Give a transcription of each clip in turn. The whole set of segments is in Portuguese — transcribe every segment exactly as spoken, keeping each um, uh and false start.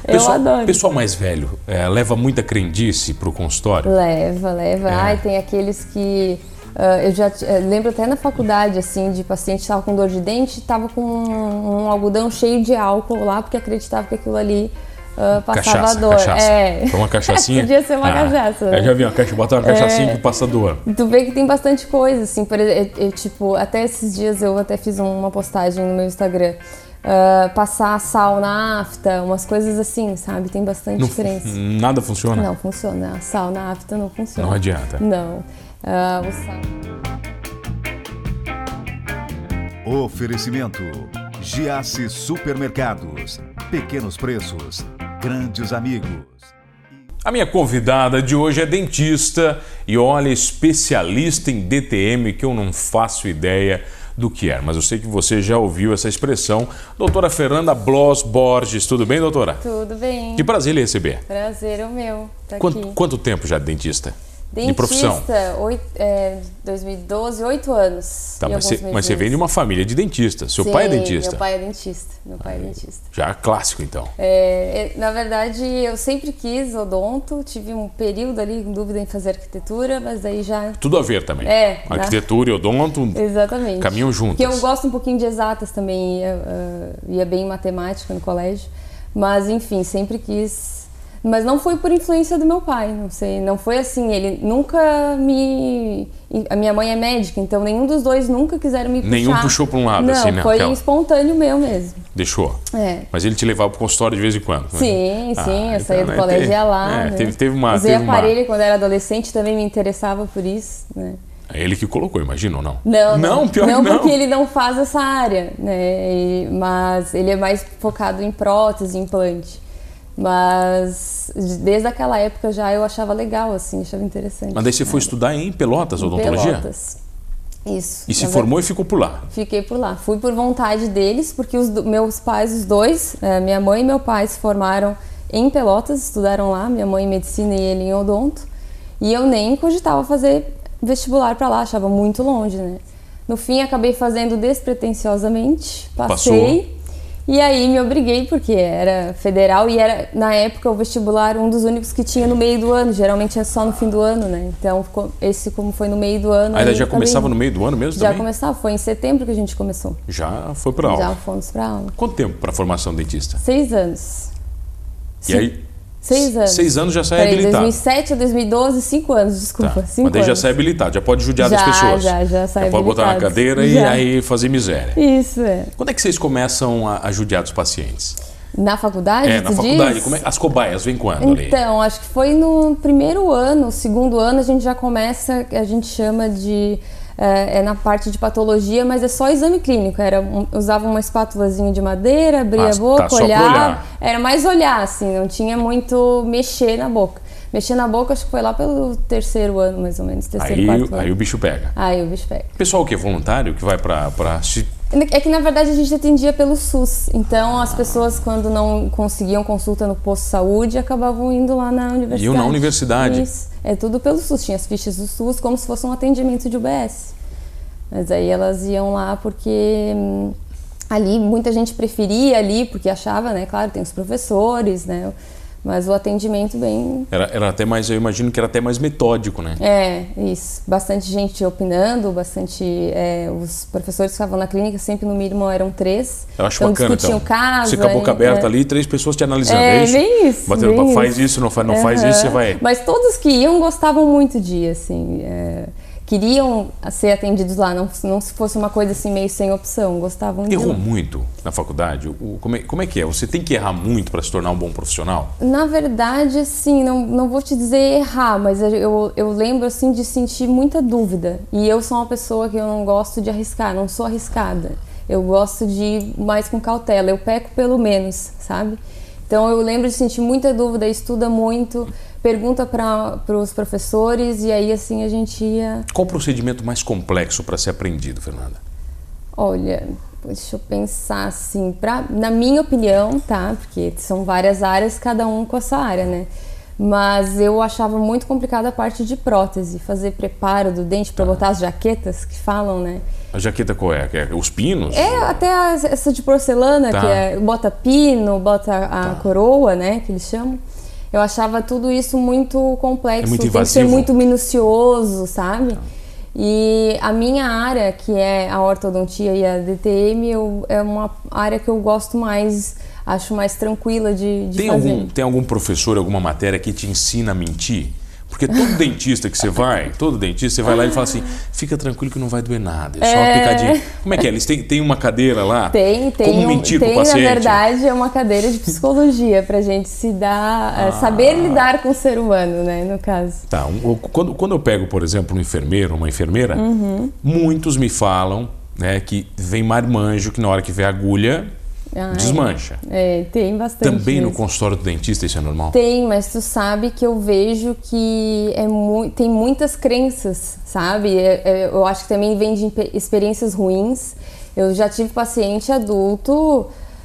Eu pessoal, adoro. Pessoal mais velho, é, leva muita crendice pro consultório? Leva, leva. É. Ai, tem aqueles que... Uh, eu já uh, lembro até na faculdade, assim, de paciente que estava com dor de dente, estava com um, um algodão cheio de álcool lá, porque acreditava que aquilo ali uh, passava cachaça, dor. Cachaça. É. Foi uma cachaçinha? Podia ser uma ah, cachaça. Né? Eu já vi uma cachaça, botar uma cachaçinha é, que passa dor. Tu vê que tem bastante coisa, assim, por exemplo, eu, eu, tipo, até esses dias eu até fiz uma postagem no meu Instagram. Uh, passar sal na afta, umas coisas assim, sabe? Tem bastante não, diferença. Nada funciona? Não funciona. Sal na afta não funciona. Não adianta. Não. Uh, o sal... Oferecimento: Giasse Supermercados. Pequenos preços, grandes amigos. A minha convidada de hoje é dentista e, olha, especialista em D T M, que eu não faço ideia do que é, mas eu sei que você já ouviu essa expressão. Doutora Fernanda Bloss Borges, tudo bem, doutora? Tudo bem. Que prazer lhe receber. Prazer é o meu, tá quanto, aqui. Quanto tempo já de dentista? Dentista, de profissão? Oito, é, dois mil e doze, oito anos. Tá, mas, você, mas você vem de uma família de dentistas. Seu Sim, pai é dentista? Meu pai é dentista. Meu pai Aí, é dentista. Já é clássico, então. É, na verdade, eu sempre quis odonto. Tive um período ali com dúvida em fazer arquitetura, mas aí já... Tudo a ver também. É. Arquitetura já... e odonto Exatamente. caminham juntas. Porque eu gosto um pouquinho de exatas também. Ia, uh, ia bem em matemática no colégio. Mas, enfim, sempre quis... Mas não foi por influência do meu pai, não sei, não foi assim, ele nunca me... A minha mãe é médica, então nenhum dos dois nunca quiseram me puxar. Nenhum puxou para um lado, não, assim, né? Não, foi Aquela... espontâneo meu mesmo. Deixou? É. Mas ele te levava para o consultório de vez em quando? Sim, né? sim, ah, eu saía então, do colégio e teve, ia lá, é, né? teve, teve uma... Usei teve aparelho uma... quando era adolescente, também me interessava por isso, né? É ele que colocou, imagina ou não? Não, não, não, pior não, que não. porque ele não faz essa área, né? E, mas ele é mais focado em prótese, implante. Mas desde aquela época já eu achava legal, assim, achava interessante. Mas daí você foi estudar em Pelotas, odontologia? Pelotas. Isso. E se formou e ficou por lá? Fiquei por lá. Fui por vontade deles, porque os do, meus pais, os dois, é, minha mãe e meu pai se formaram em Pelotas, estudaram lá, minha mãe em medicina e ele em odonto. E eu nem cogitava fazer vestibular para lá, achava muito longe, né? No fim, acabei fazendo despretensiosamente, passei. Passou. E aí me obriguei, porque era federal e era, na época, o vestibular um dos únicos que tinha no meio do ano. Geralmente é só no fim do ano, né? Então, esse como foi no meio do ano... Ainda já acabei... começava no meio do ano mesmo já também? Já começava, foi em setembro que a gente começou. Já foi para aula? Já fomos para aula. Quanto tempo para a formação de dentista? Seis anos. E Sim. aí? Seis anos. Seis anos já sai Peraí, habilitado. dois mil e sete a dois mil e doze, cinco anos, desculpa. Tá. Cinco Mas daí já anos. sai habilitado, já pode judiar já, das pessoas. Já, já sai já pode botar na cadeira já. E aí fazer miséria. Isso, é. Quando é que vocês começam a, a judiar dos pacientes? Na faculdade? É, na faculdade. Como é, as cobaias vêm quando ali? Então, acho que foi no primeiro ano, segundo ano, a gente já começa, a gente chama de... É, é na parte de patologia, mas é só exame clínico. Era, um, usava uma espátulazinha de madeira, abria ah, a boca, tá, olhava. Olhar. Era mais olhar, assim, não tinha muito mexer na boca. Mexer na boca, acho que foi lá pelo terceiro ano, mais ou menos, terceiro, aí, quarto ano. Aí o bicho pega. Aí o bicho pega. Pessoal o que? Voluntário que vai pra... pra... É que, na verdade, a gente atendia pelo SUS. Então, as pessoas, quando não conseguiam consulta no posto de saúde, acabavam indo lá na universidade. Iam na universidade. Isso. É tudo pelo SUS. Tinha as fichas do SUS como se fosse um atendimento de U B S. Mas aí elas iam lá porque hum, ali muita gente preferia ali, porque achava, né? Claro, tem os professores, né? Mas o atendimento bem... Era, era até mais, eu imagino que era até mais metódico, né? É, isso. Bastante gente opinando, bastante... É, os professores que estavam na clínica sempre no mínimo eram três. Eu acho então, bacana, discutiam então. caso. Você com a boca aí, aberta é. ali, três pessoas te analisando. É, é isso? bem isso. Batendo bem faz isso. isso, não faz, não uhum. faz isso, você vai... Mas todos que iam gostavam muito de ir, assim... É... Queriam ser atendidos lá, não, não se fosse uma coisa assim meio sem opção, gostavam de... Errou muito na faculdade? O, como, é, como é que é? Você tem que errar muito para se tornar um bom profissional? Na verdade, assim, não, não vou te dizer errar, mas eu, eu lembro, assim, de sentir muita dúvida. E eu sou uma pessoa que eu não gosto de arriscar, não sou arriscada. Eu gosto de ir mais com cautela, eu peco pelo menos, sabe? Então eu lembro de sentir muita dúvida, estuda muito... Pergunta para os professores e aí assim a gente ia... Qual o procedimento mais complexo para ser aprendido, Fernanda? Olha, deixa eu pensar assim, pra, na minha opinião, tá? Porque são várias áreas, cada um com a sua área, né? Mas eu achava muito complicada a parte de prótese, fazer preparo do dente para botar as jaquetas que falam, né? A jaqueta qual é? é os pinos? É, até as, essa de porcelana, tá. que é, bota pino, bota a tá. coroa, né, que eles chamam. Eu achava tudo isso muito complexo, é muito tem que ser muito minucioso, sabe? Tá. E a minha área, que é a ortodontia e a D T M, eu, é uma área que eu gosto mais, acho mais tranquila de, de tem fazer. Algum, tem algum professor, alguma matéria que te ensina a mentir? Porque todo dentista que você vai, todo dentista, você vai lá e fala assim, fica tranquilo que não vai doer nada, é só uma é... picadinha. Como é que é? Eles têm, têm uma cadeira lá? Tem, tem. Como mentir tem, pro paciente? Na verdade, é uma cadeira de psicologia pra gente se dar, ah. saber lidar com o ser humano, né, no caso. Tá, um, quando, quando eu pego, por exemplo, um enfermeiro, uma enfermeira, uhum. muitos me falam, né, que vem marmanjo, que na hora que vê a agulha, ah, desmancha. É, é, tem bastante. Também mesmo. No consultório do dentista isso é normal? Tem, mas tu sabe que eu vejo que é mu tem muitas crenças, sabe? É, é, eu acho que também vem de experiências ruins. Eu já tive paciente adulto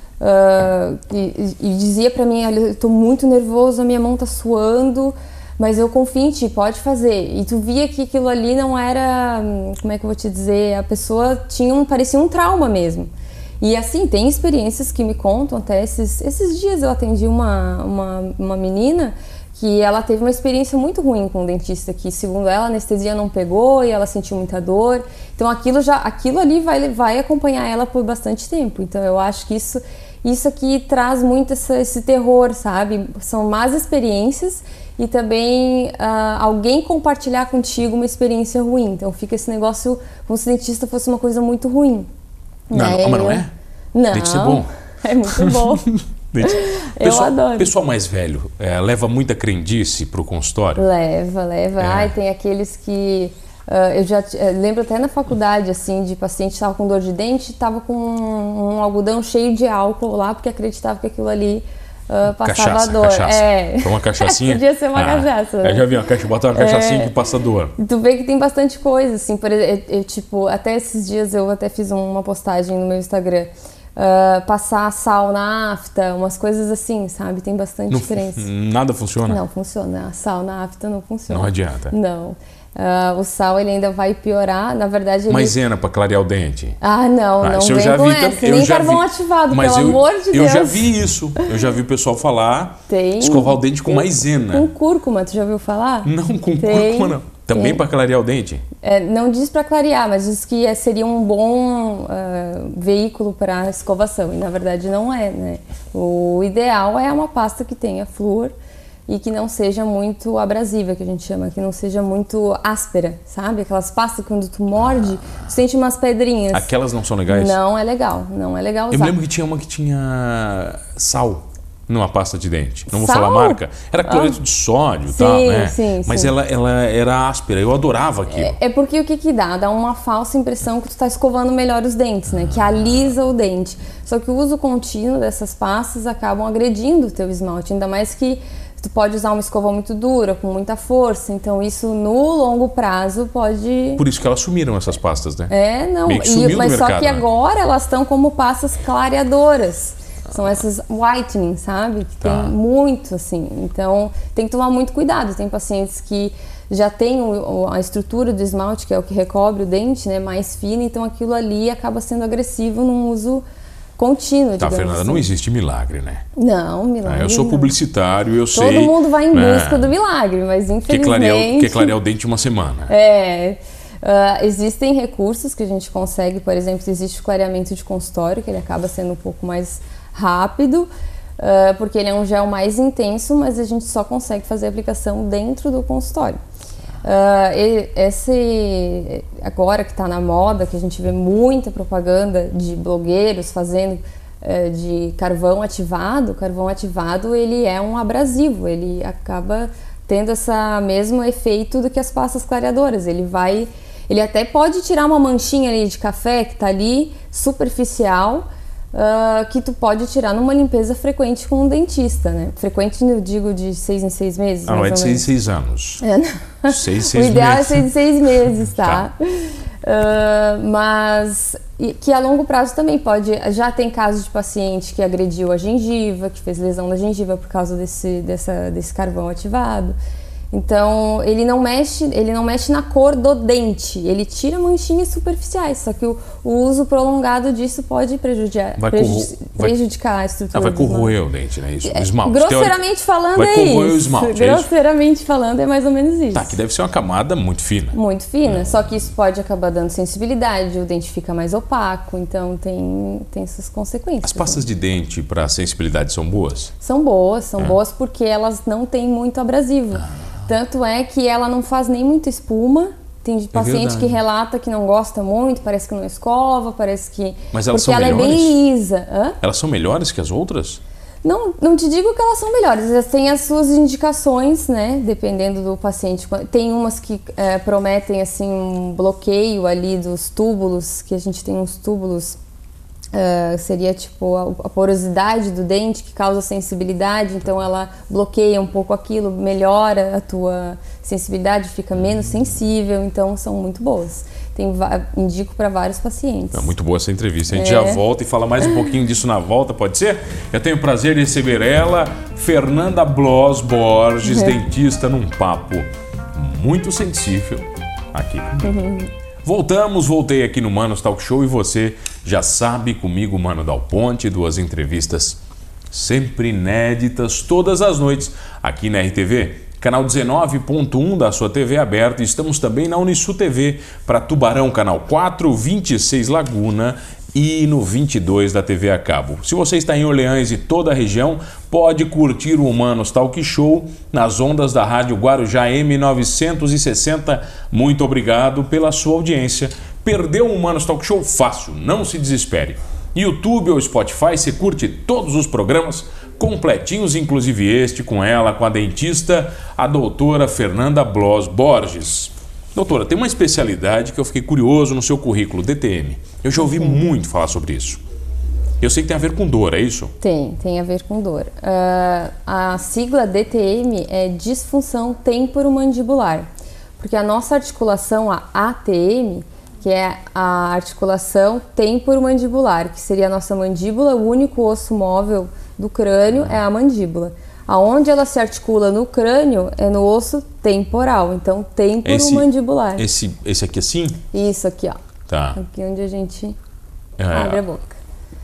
uh, e, e dizia pra mim, olha, eu tô muito nervoso, a minha mão tá suando, mas eu confio em ti, pode fazer. E tu via que aquilo ali não era, como é que eu vou te dizer, a pessoa tinha um, parecia um trauma mesmo. E assim, tem experiências que me contam, até esses, esses dias eu atendi uma, uma, uma menina que ela teve uma experiência muito ruim com o dentista, que segundo ela a anestesia não pegou e ela sentiu muita dor. Então aquilo, já, aquilo ali vai, vai acompanhar ela por bastante tempo. Então eu acho que isso, isso aqui traz muito essa, esse terror, sabe? São más experiências e também uh, alguém compartilhar contigo uma experiência ruim. Então fica esse negócio como se o dentista fosse uma coisa muito ruim. Não, é, não, mas não é? Não, tem que ser bom. É muito bom. pessoal, eu adoro. Pessoal mais velho, é, leva muita crendice pro consultório? Leva, leva. É. Ai, tem aqueles que... Uh, eu já uh, lembro até na faculdade, assim, de paciente que estava com dor de dente, estava com um, um algodão cheio de álcool lá, porque acreditava que aquilo ali uh, passava cachaça, dor. Cachaça. É. Foi uma cachaçinha? Podia ser uma ah, cachaça. Né? Eu já vi uma caixa, botar uma cachaçinha é. que passa dor. Tu vê que tem bastante coisa, assim, por exemplo, eu, eu, tipo, até esses dias eu até fiz uma postagem no meu Instagram. Uh, passar sal na afta, umas coisas assim, sabe? Tem bastante não, diferença. Nada funciona? Não funciona. Sal na afta não funciona. Não adianta? Não. Uh, o sal ele ainda vai piorar, na verdade ele... Maisena para clarear o dente? Ah, não, ah, não vem já com vi, essa, eu nem já carvão vi, ativado, mas pelo eu, amor de eu Deus. Eu já vi isso, eu já vi o pessoal falar, tem, escovar o dente com tem, maisena. Com cúrcuma, tu já ouviu falar? Não, com tem, cúrcuma não. Também para clarear o dente? É, não diz para clarear, mas diz que é, seria um bom uh, veículo para escovação, e na verdade não é, né? O ideal é uma pasta que tenha flúor e que não seja muito abrasiva, que a gente chama, que não seja muito áspera, sabe? Aquelas pastas que quando tu morde, tu sente umas pedrinhas. Aquelas não são legais? Não é legal, não é legal usar. Eu me lembro que tinha uma que tinha sal numa pasta de dente. Não vou sal? falar a marca. Era cloreto ah. de sódio e tal, né? Sim, Mas sim. Ela, ela era áspera, eu adorava aquilo. É, é porque o que que dá? Dá uma falsa impressão que tu tá escovando melhor os dentes, né? Que alisa o dente. Só que o uso contínuo dessas pastas acabam agredindo o teu esmalte, ainda mais que tu pode usar uma escova muito dura, com muita força, então isso no longo prazo pode... Por isso que elas sumiram essas pastas, né? É, não, Meio que sumiu e, mas do só mercado, que né? agora elas estão como pastas clareadoras. São essas whitening, sabe? Que tá. tem muito, assim. Então, tem que tomar muito cuidado. Tem pacientes que já têm o, a estrutura do esmalte, que é o que recobre o dente, né? Mais fina, então aquilo ali acaba sendo agressivo num uso contínuo, Tá, digamos Fernanda, assim. Não existe milagre, né? Não, milagre ah, Eu sou não. publicitário, eu Todo sei... Todo mundo vai em busca é, do milagre, mas infelizmente... Quer clarear, quer clarear o dente uma semana. É... Uh, existem recursos que a gente consegue, por exemplo, existe o clareamento de consultório, que ele acaba sendo um pouco mais rápido, uh, porque ele é um gel mais intenso, mas a gente só consegue fazer a aplicação dentro do consultório. Uh, e esse, agora que está na moda, que a gente vê muita propaganda de blogueiros fazendo uh, de carvão ativado, o carvão ativado ele é um abrasivo, ele acaba tendo esse mesmo efeito do que as pastas clareadoras, ele vai... Ele até pode tirar uma manchinha ali de café que tá ali, superficial, uh, que tu pode tirar numa limpeza frequente com um dentista, né? Frequente, eu digo, de seis em seis meses, Ah, mais não é de ou seis em menos. seis anos. É, seis em seis o ideal meses. é seis em seis meses, tá? tá. Uh, mas e, que a longo prazo também pode. Já tem casos de paciente que agrediu a gengiva, que fez lesão na gengiva por causa desse, dessa, desse carvão ativado. Então, ele não mexe, ele não mexe na cor do dente, ele tira manchinhas superficiais, só que o, o uso prolongado disso pode prejudicar, vai prejudicar, vai, prejudicar a estrutura. Ah, vai corroer o dente, né? Isso, o esmalte. Grosseiramente falando vai é corroer isso. O esmalte, Grosseiramente é isso? falando é mais ou menos isso. Tá, que deve ser uma camada muito fina. Muito fina, é. Só que isso pode acabar dando sensibilidade, o dente fica mais opaco, então tem, tem essas consequências. As pastas né? de dente para sensibilidade são boas? São boas, são é. boas porque elas não têm muito abrasivo. Ah. Tanto é que ela não faz nem muita espuma. Tem paciente é que relata que não gosta muito, parece que não escova, parece que... Mas elas porque são ela melhores? é bem lisa. Hã? Elas são melhores que as outras? Não, não te digo que elas são melhores. Elas têm as suas indicações, né? Dependendo do paciente. Tem umas que é, prometem assim um bloqueio ali dos túbulos, que a gente tem uns túbulos... Uh, seria tipo a, a porosidade do dente que causa sensibilidade, então ela bloqueia um pouco aquilo, melhora a tua sensibilidade, fica menos sensível, então são muito boas. Tem, indico para vários pacientes. É muito boa essa entrevista. A gente é. já volta e fala mais um pouquinho disso na volta, pode ser? Eu tenho o prazer de receber ela, Fernanda Bloss Borges, é. dentista, num papo muito sensível aqui. Uhum. Voltamos, voltei aqui no Manos Talk Show e você já sabe, comigo, Mano Dal Ponte, duas entrevistas sempre inéditas, todas as noites, aqui na R T V, canal dezenove ponto um da sua T V aberta. Estamos também na Unisul T V para Tubarão, canal quatro, vinte e seis Laguna e no vinte e dois da T V a cabo. Se você está em Orleans e toda a região, pode curtir o Humanos Talk Show nas ondas da Rádio Guarujá M novecentos e sessenta. Muito obrigado pela sua audiência. Perdeu o Humanos Talk Show? Fácil, não se desespere. YouTube ou Spotify, você curte todos os programas completinhos, inclusive este com ela, com a dentista, a doutora Fernanda Bloss Borges. Doutora, tem uma especialidade que eu fiquei curioso no seu currículo, D T M. Eu já ouvi Sim. muito falar sobre isso. Eu sei que tem a ver com dor, é isso? Tem, tem a ver com dor. Uh, a sigla D T M é disfunção temporomandibular, porque a nossa articulação, a A T M, que é a articulação temporomandibular, que seria a nossa mandíbula, o único osso móvel do crânio é a mandíbula. Aonde ela se articula no crânio é no osso temporal, então temporomandibular. Esse, esse, esse aqui assim? Isso aqui, ó. Tá. Aqui onde a gente é. abre a boca.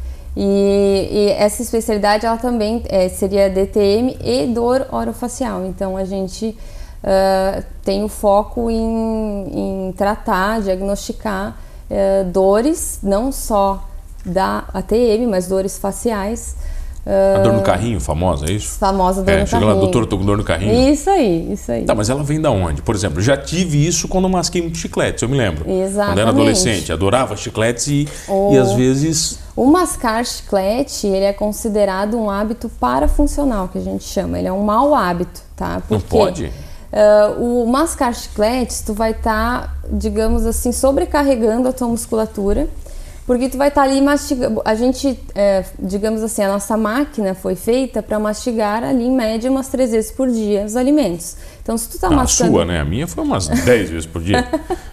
E, e essa especialidade, ela também é, seria D T M e dor orofacial. Então a gente uh, tem o foco em, em tratar, diagnosticar uh, dores, não só da A T M, mas dores faciais. A dor no carrinho, famosa, é isso? Famosa dor é, no chega carrinho. lá, doutor, eu tô com dor no carrinho. Isso aí, isso aí. Tá, mas ela vem da onde? Por exemplo, já tive isso quando eu masquei muito chicletes, eu me lembro. Exatamente. Quando eu era adolescente, adorava chicletes e, o, e às vezes... O mascar chiclete, ele é considerado um hábito parafuncional, que a gente chama. Ele é um mau hábito, tá? Porque, não pode? Uh, o mascar chicletes, tu vai estar, tá, digamos assim, sobrecarregando a tua musculatura. Porque tu vai estar tá ali mastigando, a gente, é, digamos assim, a nossa máquina foi feita para mastigar ali em média umas três vezes por dia os alimentos. Então se tu tá Não, mastigando... A sua, né? A minha foi umas dez vezes por dia.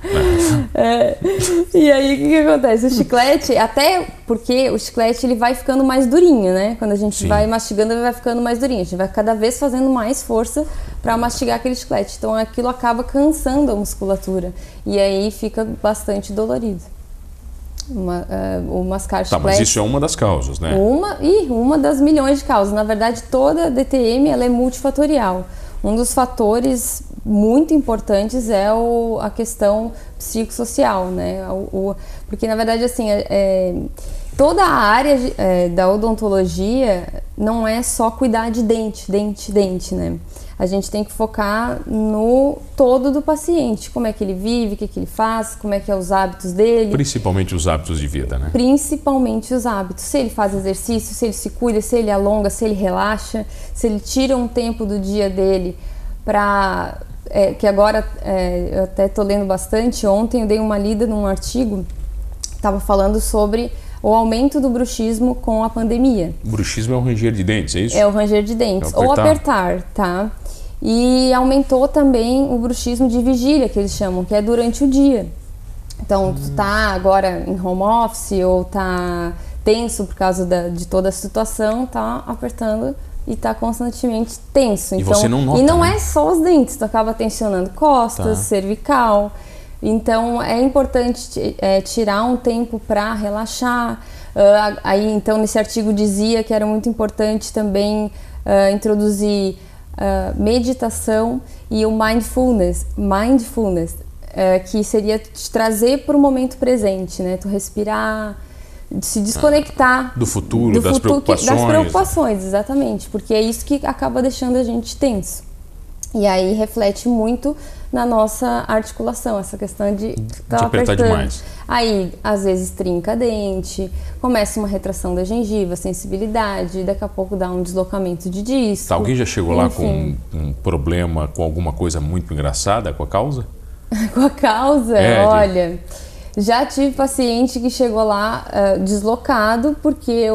é, e aí o que, que acontece? O chiclete, até porque o chiclete ele vai ficando mais durinho, né? Quando a gente Sim. vai mastigando ele vai ficando mais durinho. A gente vai cada vez fazendo mais força para mastigar aquele chiclete. Então aquilo acaba cansando a musculatura e aí fica bastante dolorido. Uma, uh, o mascar chiclete. Tá, mas isso é uma das causas, né? Uma, e uma das milhões de causas. Na verdade, toda D T M ela é multifatorial. Um dos fatores muito importantes é o, a questão psicossocial, né? O, o, porque, na verdade, assim, é, é, toda a área de, é, da odontologia não é só cuidar de dente, dente, dente, né? A gente tem que focar no todo do paciente, como é que ele vive, o que, que ele faz, como é que é os hábitos dele. Principalmente os hábitos de vida, né? Principalmente os hábitos. Se ele faz exercício, se ele se cuida, se ele alonga, se ele relaxa, se ele tira um tempo do dia dele para... É, que agora, é, eu até estou lendo bastante, ontem eu dei uma lida num artigo, estava falando sobre... o aumento do bruxismo com a pandemia. O bruxismo é o ranger de dentes, é isso? É o ranger de dentes, é ou apertar, tá? E aumentou também o bruxismo de vigília, que eles chamam, que é durante o dia. Então, tu tá agora em home office ou tá tenso por causa da, de toda a situação, tá apertando e tá constantemente tenso. E então, você não nota, E não né? é só os dentes, tu acaba tensionando costas, Tá. cervical. Então, é importante é, tirar um tempo para relaxar. Uh, aí, então, nesse artigo dizia que era muito importante também uh, introduzir uh, meditação e o mindfulness, mindfulness uh, que seria te trazer para o momento presente, né? Tu respirar, se desconectar Do futuro, do das futuro que- preocupações. das preocupações, exatamente, porque é isso que acaba deixando a gente tenso. E aí reflete muito na nossa articulação, essa questão de, tá De apertar apertando. demais. Aí, às vezes, trinca dente, começa uma retração da gengiva, sensibilidade, daqui a pouco dá um deslocamento de disco. Tá, alguém já chegou lá com Enfim. um, um problema, com alguma coisa muito engraçada com a causa? Com a causa, É, de- olha, já tive paciente que chegou lá uh, deslocado porque o,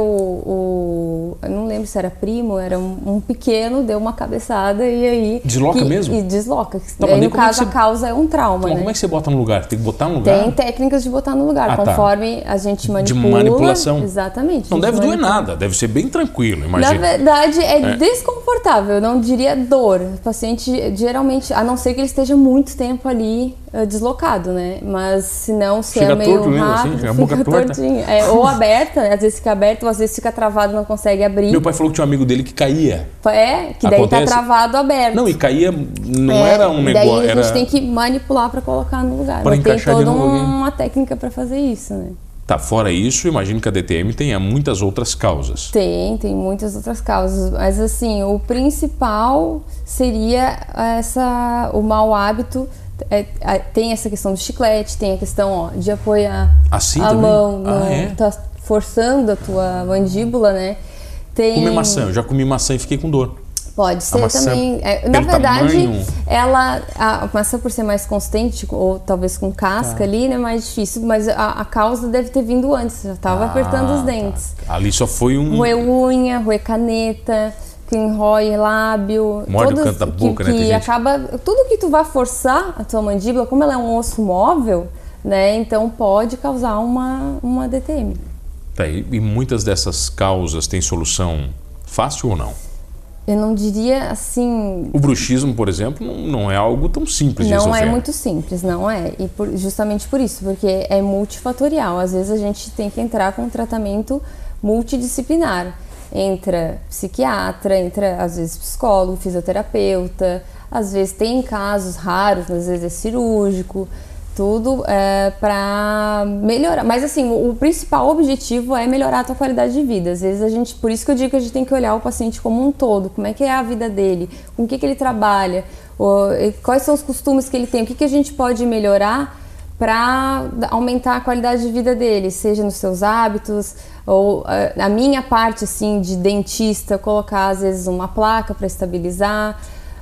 o, eu não lembro se era primo, era um, um pequeno, deu uma cabeçada e aí... Desloca que- mesmo? E desloca. Tá, aí, mas no como é caso, que a você- causa é um trauma, Então, né? como é que você bota no lugar? Tem que botar no lugar? Tem técnicas de botar no lugar, Ah, tá. conforme a gente manipula. manipulação. Exatamente. Não a gente deve doer manipula. nada, deve ser bem tranquilo, Na imagina. verdade, é, desconfortável, eu não diria dor. O paciente, geralmente, a não ser que ele esteja muito tempo ali eh, deslocado, né? Mas se não, se Fica é meio torto mesmo, assim, rápido, fica a boca fica torta. tortinho. É, ou aberta, às vezes fica aberto, ou às vezes fica travado, não consegue abrir. Meu pai falou que tinha um amigo dele que caía. É, que daí Acontece? tá travado, aberto. Não, e caía, não É, era um e negócio, daí a era... gente tem que manipular para colocar no lugar. Pra Mas tem encaixar de toda novo, um- hein? uma técnica para fazer isso, né? Tá, fora isso, imagino que a D T M tenha muitas outras causas. Tem, tem muitas outras causas, mas assim, o principal seria essa, o mau hábito, é, é, tem essa questão do chiclete, tem a questão ó, de apoiar Assim a também? mão, no, Ah, é? tá forçando a tua mandíbula, né? Tem, Comer maçã, eu já comi maçã e fiquei com dor. Pode ser maçã também. É, na pelo verdade, tamanho- ela a maçã por ser mais consistente ou talvez com casca Tá. ali, né, mais difícil, mas a, a causa deve ter vindo antes, já estava apertando os Ah, dentes. tá. Ali só foi um... Roer unha, roer caneta, que rói lábio, Morde o todas canto da que, boca, né, que tem gente- acaba tudo que tu vai forçar a tua mandíbula, como ela é um osso móvel, né, então pode causar uma uma D T M. Tá, e e muitas dessas causas têm solução fácil ou não? Eu não diria assim. O bruxismo, por exemplo, não, não é algo tão simples de Não resolver. é muito simples, não é. E por- justamente por isso, porque é multifatorial. Às vezes a gente tem que entrar com um tratamento multidisciplinar. Entra psiquiatra, entra às vezes psicólogo, fisioterapeuta, às vezes tem casos raros, às vezes é cirúrgico, tudo é, para melhorar. Mas assim, o, o principal objetivo é melhorar a tua qualidade de vida. Às vezes a gente, por isso que eu digo que a gente tem que olhar o paciente como um todo, como é que é a vida dele, com o que, que ele trabalha, o, e quais são os costumes que ele tem, o que, que a gente pode melhorar para aumentar a qualidade de vida dele, seja nos seus hábitos, ou a minha parte assim de dentista, colocar às vezes uma placa para estabilizar.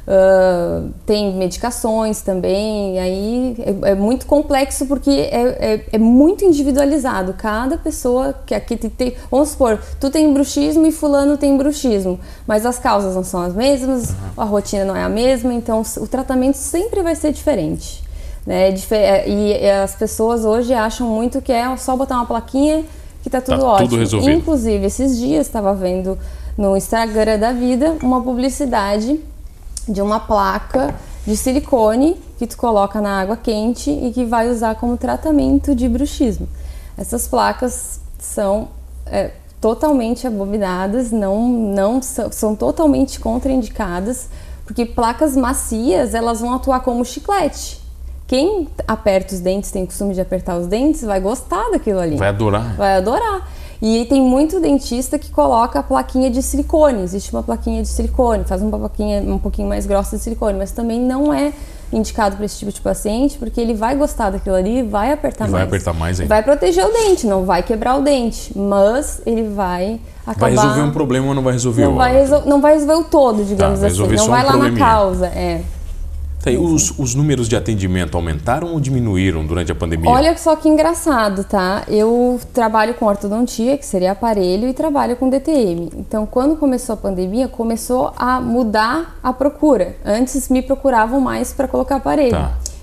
Uh, tem medicações também, aí é, é muito complexo porque é, é, é muito individualizado. Cada pessoa que aqui tem, vamos supor, tu tem bruxismo e fulano tem bruxismo, mas as causas não são as mesmas, a rotina não é a mesma, então o tratamento sempre vai ser diferente, né? E as pessoas hoje acham muito que é só botar uma plaquinha que tá tudo Tá ótimo. tudo resolvido. Inclusive, esses dias estava vendo no Instagram da vida uma publicidade de uma placa de silicone que tu coloca na água quente e que vai usar como tratamento de bruxismo. Essas placas são é, totalmente abominadas, não, não são, são totalmente contraindicadas, porque placas macias elas vão atuar como chiclete. Quem aperta os dentes, tem o costume de apertar os dentes, vai gostar daquilo ali. Vai adorar. Vai adorar. E tem muito dentista que coloca a plaquinha de silicone. Existe uma plaquinha de silicone, faz uma plaquinha um pouquinho mais grossa de silicone, mas também não é indicado para esse tipo de paciente, porque ele vai gostar daquilo ali e vai apertar E mais. vai apertar mais ainda. Vai proteger o dente, não vai quebrar o dente, mas ele vai acabar... Vai resolver um problema, mas não vai resolver não o vai, outro. resol... não vai resolver o todo, digamos vai assim. resolver Não só vai um lá na probleminha. causa, é. Tá, e os, os números de atendimento aumentaram ou diminuíram durante a pandemia? Olha só que engraçado, tá? Eu trabalho com ortodontia, que seria aparelho, e trabalho com D T M. Então, quando começou a pandemia, começou a mudar a procura. Antes me procuravam mais para colocar aparelho. Tá.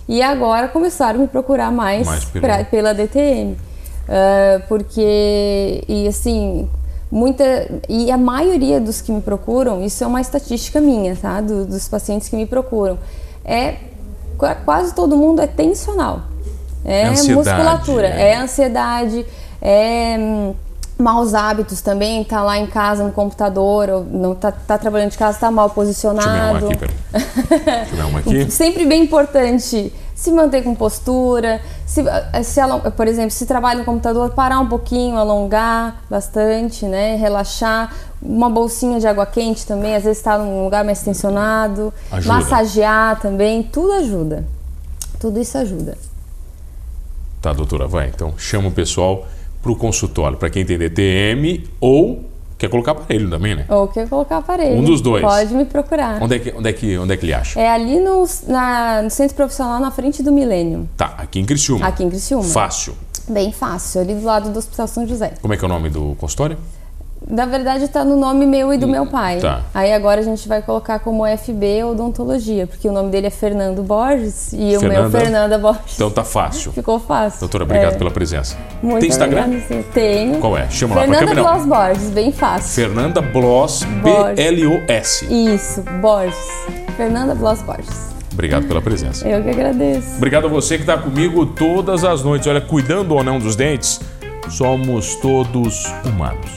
E agora começaram a me procurar mais, mais pelo... pra, pela D T M. Uh, porque, e assim, muita, e a maioria dos que me procuram, isso é uma estatística minha, tá? Do, dos pacientes que me procuram, é, quase todo mundo é tensional. É, é musculatura, é. é ansiedade, é hum, maus hábitos também, tá lá em casa no computador, ou não tá, tá trabalhando de casa, tá mal posicionado. Deixa eu ver uma aqui, peraí. Deixa eu ver uma aqui. Sempre bem importante se manter com postura, se, se, por exemplo, se trabalha no computador, parar um pouquinho, alongar bastante, né, relaxar, uma bolsinha de água quente também, às vezes está num lugar mais tensionado, ajuda. Massagear também, tudo ajuda, tudo isso ajuda. Tá, doutora, vai, então chama o pessoal para o consultório, para quem tem D T M ou quer colocar aparelho também, né? Ou quer colocar aparelho. Um dos dois. Pode me procurar. Onde é que, onde é que, onde é que ele acha? É ali no, na, no centro profissional, na frente do Milênio. Tá, aqui em Criciúma. Aqui em Criciúma. Fácil. Bem fácil, ali do lado do Hospital São José. Como é que é o nome do consultório? Na verdade está no nome meu e do meu pai. Tá. Aí agora a gente vai colocar como F B Odontologia, porque o nome dele é Fernando Borges e Fernanda, o meu Fernanda Borges. Então tá fácil. Ficou fácil. Doutora, obrigado é. pela presença. Muito Tem Instagram? Obrigada, tenho. Qual é? Chama Fernanda lá pra câmera. Bloss Borges, bem fácil. Fernanda Bloss, B L O S. Isso, Borges. Fernanda Bloss Borges. Obrigado pela presença. Eu que agradeço. Obrigado a você que está comigo todas as noites. Olha, cuidando ou não dos dentes, somos todos humanos.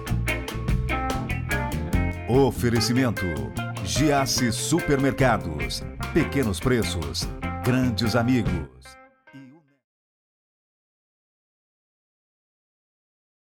Oferecimento: Giasse Supermercados. Pequenos preços, grandes amigos.